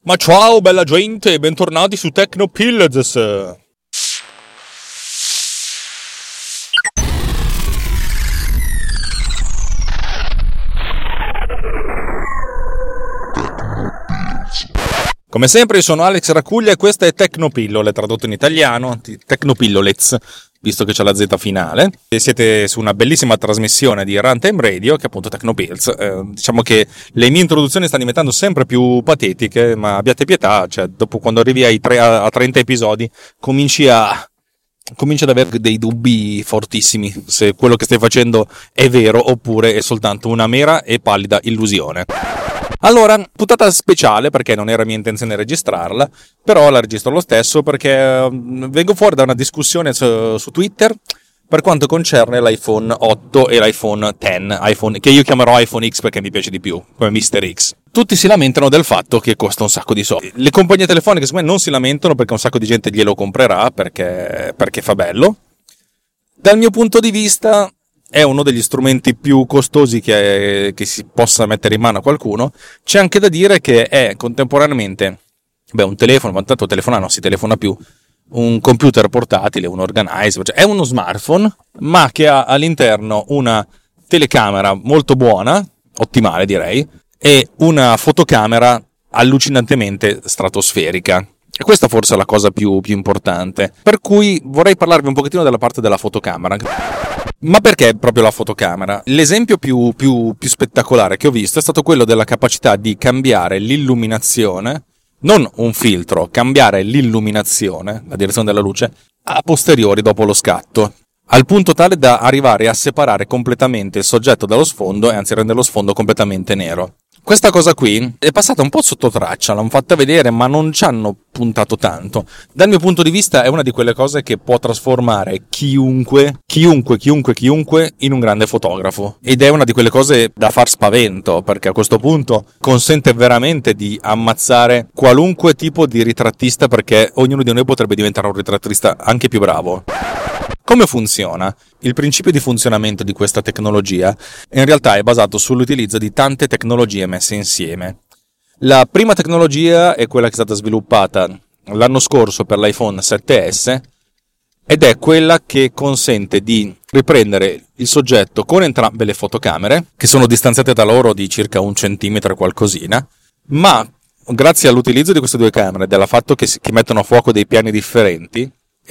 Ma ciao bella gente, bentornati su Tecnopills. Come sempre io sono Alex Racuglia e questa è Tecnopillole, tradotto in italiano, Tecnopillolez, visto che c'è la Z finale. E siete su una bellissima trasmissione di Runtime Radio, che è appunto Tecnopills. Diciamo che le mie introduzioni stanno diventando sempre più patetiche, ma abbiate pietà, cioè dopo quando arrivi a 30 episodi cominci ad avere dei dubbi fortissimi se quello che stai facendo è vero oppure è soltanto una mera e pallida illusione. Allora, puntata speciale perché non era mia intenzione registrarla, però la registro lo stesso perché vengo fuori da una discussione su Twitter per quanto concerne l'iPhone 8 e l'iPhone X, che io chiamerò iPhone X perché mi piace di più, come Mr. X. Tutti si lamentano del fatto che costa un sacco di soldi. Le compagnie telefoniche secondo me non si lamentano perché un sacco di gente glielo comprerà perché fa bello. Dal mio punto di vista è uno degli strumenti più costosi che si possa mettere in mano a qualcuno. C'è anche da dire che è contemporaneamente un telefono, ma tanto telefonare non si telefona più, un computer portatile, un organizer, cioè è uno smartphone, ma che ha all'interno una telecamera molto buona, ottimale direi, e una fotocamera allucinantemente stratosferica. E questa forse è la cosa più importante. Per cui vorrei parlarvi un pochettino della parte della fotocamera. Ma perché proprio la fotocamera? L'esempio più spettacolare che ho visto è stato quello della capacità di cambiare l'illuminazione, non un filtro, cambiare l'illuminazione, la direzione della luce, a posteriori dopo lo scatto, al punto tale da arrivare a separare completamente il soggetto dallo sfondo e anzi rendere lo sfondo completamente nero. Questa cosa qui è passata un po' sotto traccia, l'hanno fatta vedere ma non ci hanno puntato tanto. Dal mio punto di vista è una di quelle cose che può trasformare chiunque in un grande fotografo. Ed è una di quelle cose da far spavento, perché a questo punto consente veramente di ammazzare qualunque tipo di ritrattista, perché ognuno di noi potrebbe diventare un ritrattista anche più bravo. Come funziona? Il principio di funzionamento di questa tecnologia in realtà è basato sull'utilizzo di tante tecnologie messe insieme. La prima tecnologia è quella che è stata sviluppata l'anno scorso per l'iPhone 7S ed è quella che consente di riprendere il soggetto con entrambe le fotocamere, che sono distanziate da loro di circa 1 centimetro e qualcosina, ma grazie all'utilizzo di queste due camere e del fatto che mettono a fuoco dei piani differenti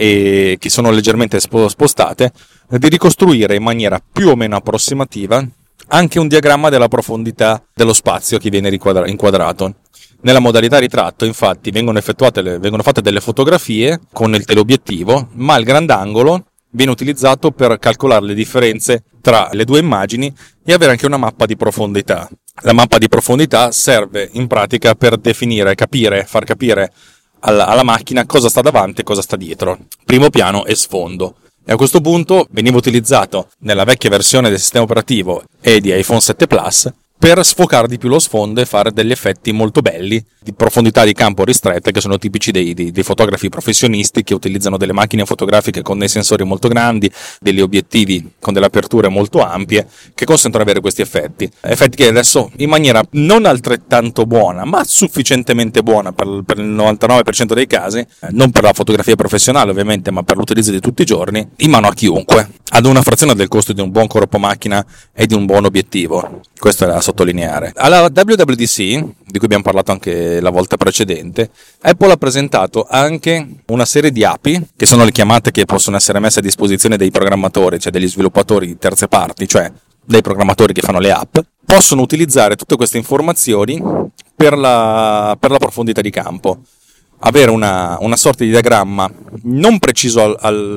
e che sono leggermente spostate, di ricostruire in maniera più o meno approssimativa anche un diagramma della profondità dello spazio che viene inquadrato. Nella modalità ritratto, infatti, vengono fatte delle fotografie con il teleobiettivo, ma il grandangolo viene utilizzato per calcolare le differenze tra le due immagini e avere anche una mappa di profondità. La mappa di profondità serve in pratica per definire, far capire alla macchina cosa sta davanti e cosa sta dietro, primo piano e sfondo. E a questo punto veniva utilizzato nella vecchia versione del sistema operativo e di iPhone 7 Plus per sfocare di più lo sfondo e fare degli effetti molto belli di profondità di campo ristrette, che sono tipici dei fotografi professionisti che utilizzano delle macchine fotografiche con dei sensori molto grandi, degli obiettivi con delle aperture molto ampie che consentono di avere questi effetti che adesso in maniera non altrettanto buona ma sufficientemente buona per il 99% dei casi, non per la fotografia professionale ovviamente ma per l'utilizzo di tutti i giorni, in mano a chiunque, ad una frazione del costo di un buon corpo macchina e di un buon obiettivo. Questo è da sottolineare. Alla WWDC, di cui abbiamo parlato anche la volta precedente, Apple ha presentato anche una serie di API, che sono le chiamate che possono essere messe a disposizione dei programmatori, cioè degli sviluppatori di terze parti, cioè dei programmatori che fanno le app, possono utilizzare tutte queste informazioni per la profondità di campo. Avere una sorta di diagramma non preciso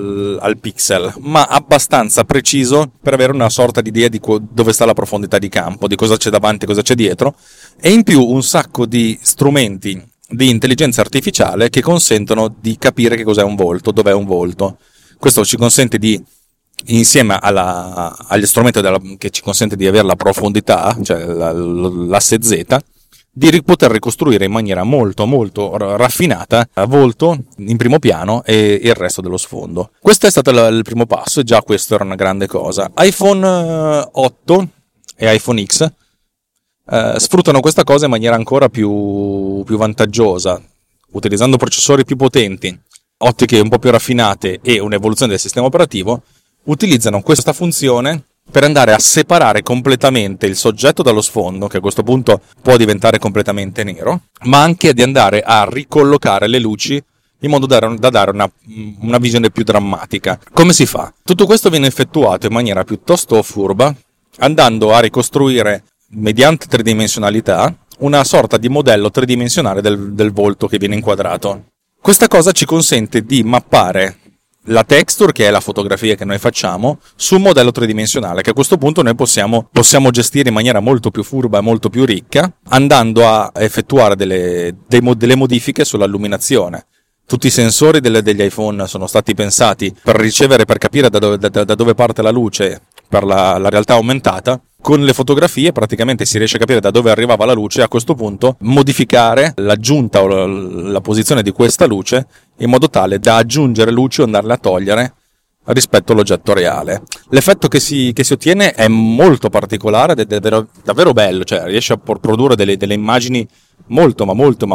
al pixel, ma abbastanza preciso per avere una sorta di idea di dove sta la profondità di campo, di cosa c'è davanti e cosa c'è dietro, e in più un sacco di strumenti di intelligenza artificiale che consentono di capire che cos'è un volto, dov'è un volto. Questo ci consente di, insieme agli strumenti che ci consente di avere la profondità, cioè l'asse Z, di poter ricostruire in maniera molto molto raffinata volto in primo piano e il resto dello sfondo. Questo è stato il primo passo e già questo era una grande cosa. iPhone 8 e iPhone X sfruttano questa cosa in maniera ancora più vantaggiosa, utilizzando processori più potenti, ottiche un po' più raffinate e un'evoluzione del sistema operativo. Utilizzano questa funzione per andare a separare completamente il soggetto dallo sfondo, che a questo punto può diventare completamente nero, ma anche di andare a ricollocare le luci in modo da dare una visione più drammatica. Come si fa? Tutto questo viene effettuato in maniera piuttosto furba, andando a ricostruire, mediante tridimensionalità, una sorta di modello tridimensionale del volto che viene inquadrato. Questa cosa ci consente di mappare la texture, che è la fotografia che noi facciamo, su un modello tridimensionale che a questo punto noi possiamo gestire in maniera molto più furba e molto più ricca, andando a effettuare delle modifiche sull'illuminazione. Tutti i sensori degli iPhone sono stati pensati per capire da dove parte la luce per la realtà aumentata. Con le fotografie praticamente si riesce a capire da dove arrivava la luce e a questo punto modificare l'aggiunta o la posizione di questa luce in modo tale da aggiungere luci o andarle a togliere rispetto all'oggetto reale. L'effetto che si ottiene è molto particolare ed è davvero bello, cioè riesce a produrre delle immagini molto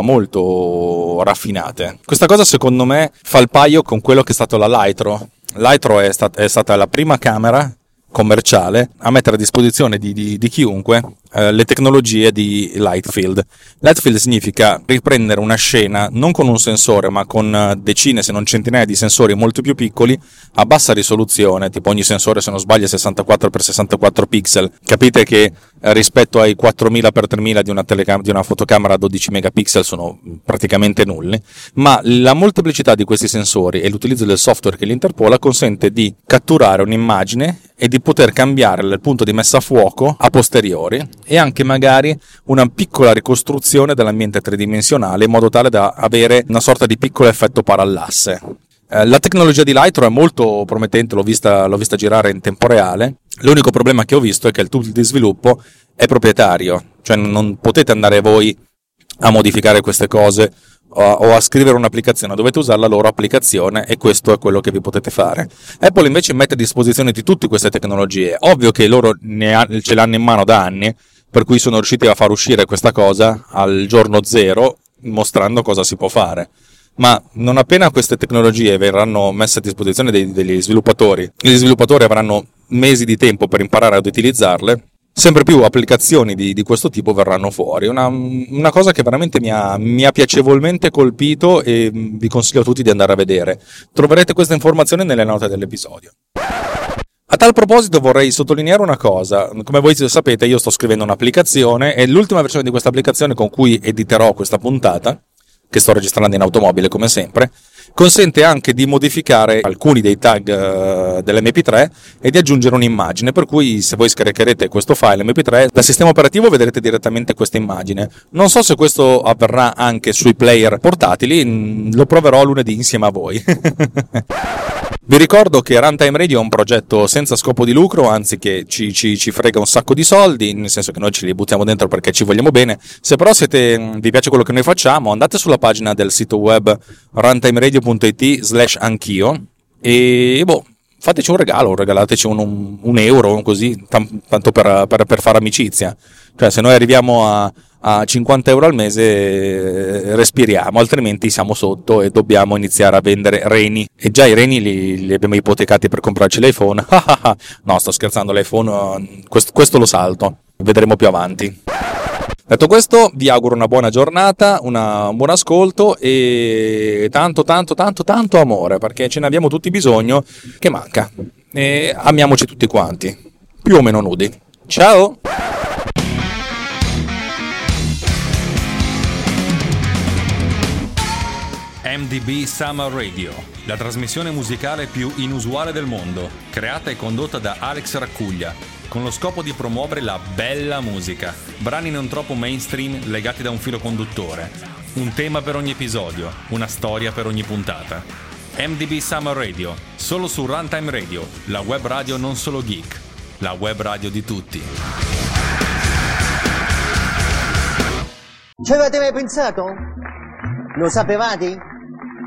raffinate. Questa cosa secondo me fa il paio con quello che è stato la Lytro. Lytro è stata la prima camera commerciale a mettere a disposizione di chiunque le tecnologie di Lightfield. Lightfield significa riprendere una scena non con un sensore ma con decine se non centinaia di sensori molto più piccoli a bassa risoluzione, tipo ogni sensore se non sbaglio è 64x64 pixel. Capite che rispetto ai 4000x3000 di una fotocamera a 12 megapixel sono praticamente nulli, ma la molteplicità di questi sensori e l'utilizzo del software che li interpola consente di catturare un'immagine e di poter cambiare il punto di messa a fuoco a posteriori e anche magari una piccola ricostruzione dell'ambiente tridimensionale in modo tale da avere una sorta di piccolo effetto parallasse. La tecnologia di Lytro è molto promettente, l'ho vista girare in tempo reale. L'unico problema che ho visto è che il tool di sviluppo è proprietario, cioè non potete andare voi a modificare queste cose o a scrivere un'applicazione, dovete usare la loro applicazione e questo è quello che vi potete fare. Apple invece mette a disposizione di tutte queste tecnologie, ovvio che loro ce l'hanno in mano da anni, per cui sono riusciti a far uscire questa cosa al giorno zero mostrando cosa si può fare. Ma non appena queste tecnologie verranno messe a disposizione degli sviluppatori, gli sviluppatori avranno mesi di tempo per imparare ad utilizzarle, sempre più applicazioni di questo tipo verranno fuori. Una cosa che veramente mi ha piacevolmente colpito e vi consiglio a tutti di andare a vedere. Troverete queste informazioni nelle note dell'episodio. A tal proposito vorrei sottolineare una cosa. Come voi sapete io sto scrivendo un'applicazione e l'ultima versione di questa applicazione con cui editerò questa puntata, che sto registrando in automobile come sempre, consente anche di modificare alcuni dei tag dell'MP3 e di aggiungere un'immagine, per cui se voi scaricherete questo file MP3 dal sistema operativo vedrete direttamente questa immagine. Non so se questo avverrà anche sui player portatili, lo proverò lunedì insieme a voi. Vi ricordo che Runtime Radio è un progetto senza scopo di lucro, anzi che ci frega un sacco di soldi, nel senso che noi ce li buttiamo dentro perché ci vogliamo bene. Se però vi piace quello che noi facciamo, andate sulla pagina del sito web runtimeradio.it/anch'io e fateci un regalo, regalateci un euro, così, tanto per fare amicizia. Cioè se noi arriviamo a 50 euro al mese respiriamo, altrimenti siamo sotto e dobbiamo iniziare a vendere reni, e già i reni li abbiamo ipotecati per comprarci l'iPhone. No, sto scherzando, l'iPhone questo lo salto, vedremo più avanti. Detto questo, vi auguro una buona giornata, un buon ascolto e tanto amore, perché ce ne abbiamo tutti bisogno, che manca, e amiamoci tutti quanti, più o meno nudi. Ciao! MDB Summer Radio, la trasmissione musicale più inusuale del mondo, creata e condotta da Alex Raccuglia, con lo scopo di promuovere la bella musica, brani non troppo mainstream legati da un filo conduttore, un tema per ogni episodio, una storia per ogni puntata. MDB Summer Radio, solo su Runtime Radio, la web radio non solo geek, la web radio di tutti. Ci avete mai pensato? Lo sapevate?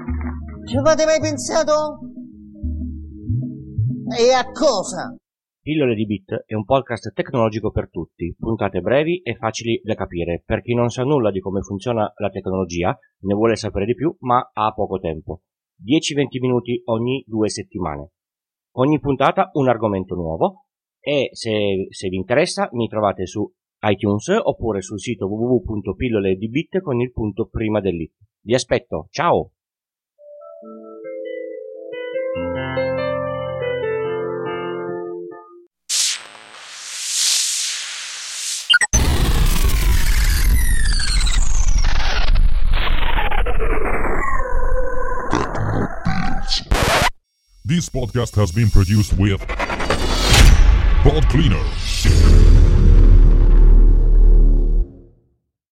Ci avete mai pensato? E a cosa? Pillole di Bit è un podcast tecnologico per tutti, puntate brevi e facili da capire per chi non sa nulla di come funziona la tecnologia, ne vuole sapere di più ma ha poco tempo. 10-20 minuti ogni 2 settimane. Ogni puntata un argomento nuovo e se vi interessa mi trovate su iTunes oppure sul sito www.pilloledibit con il punto prima dell'it. Vi aspetto, ciao! This podcast has been produced with Pod Cleaner.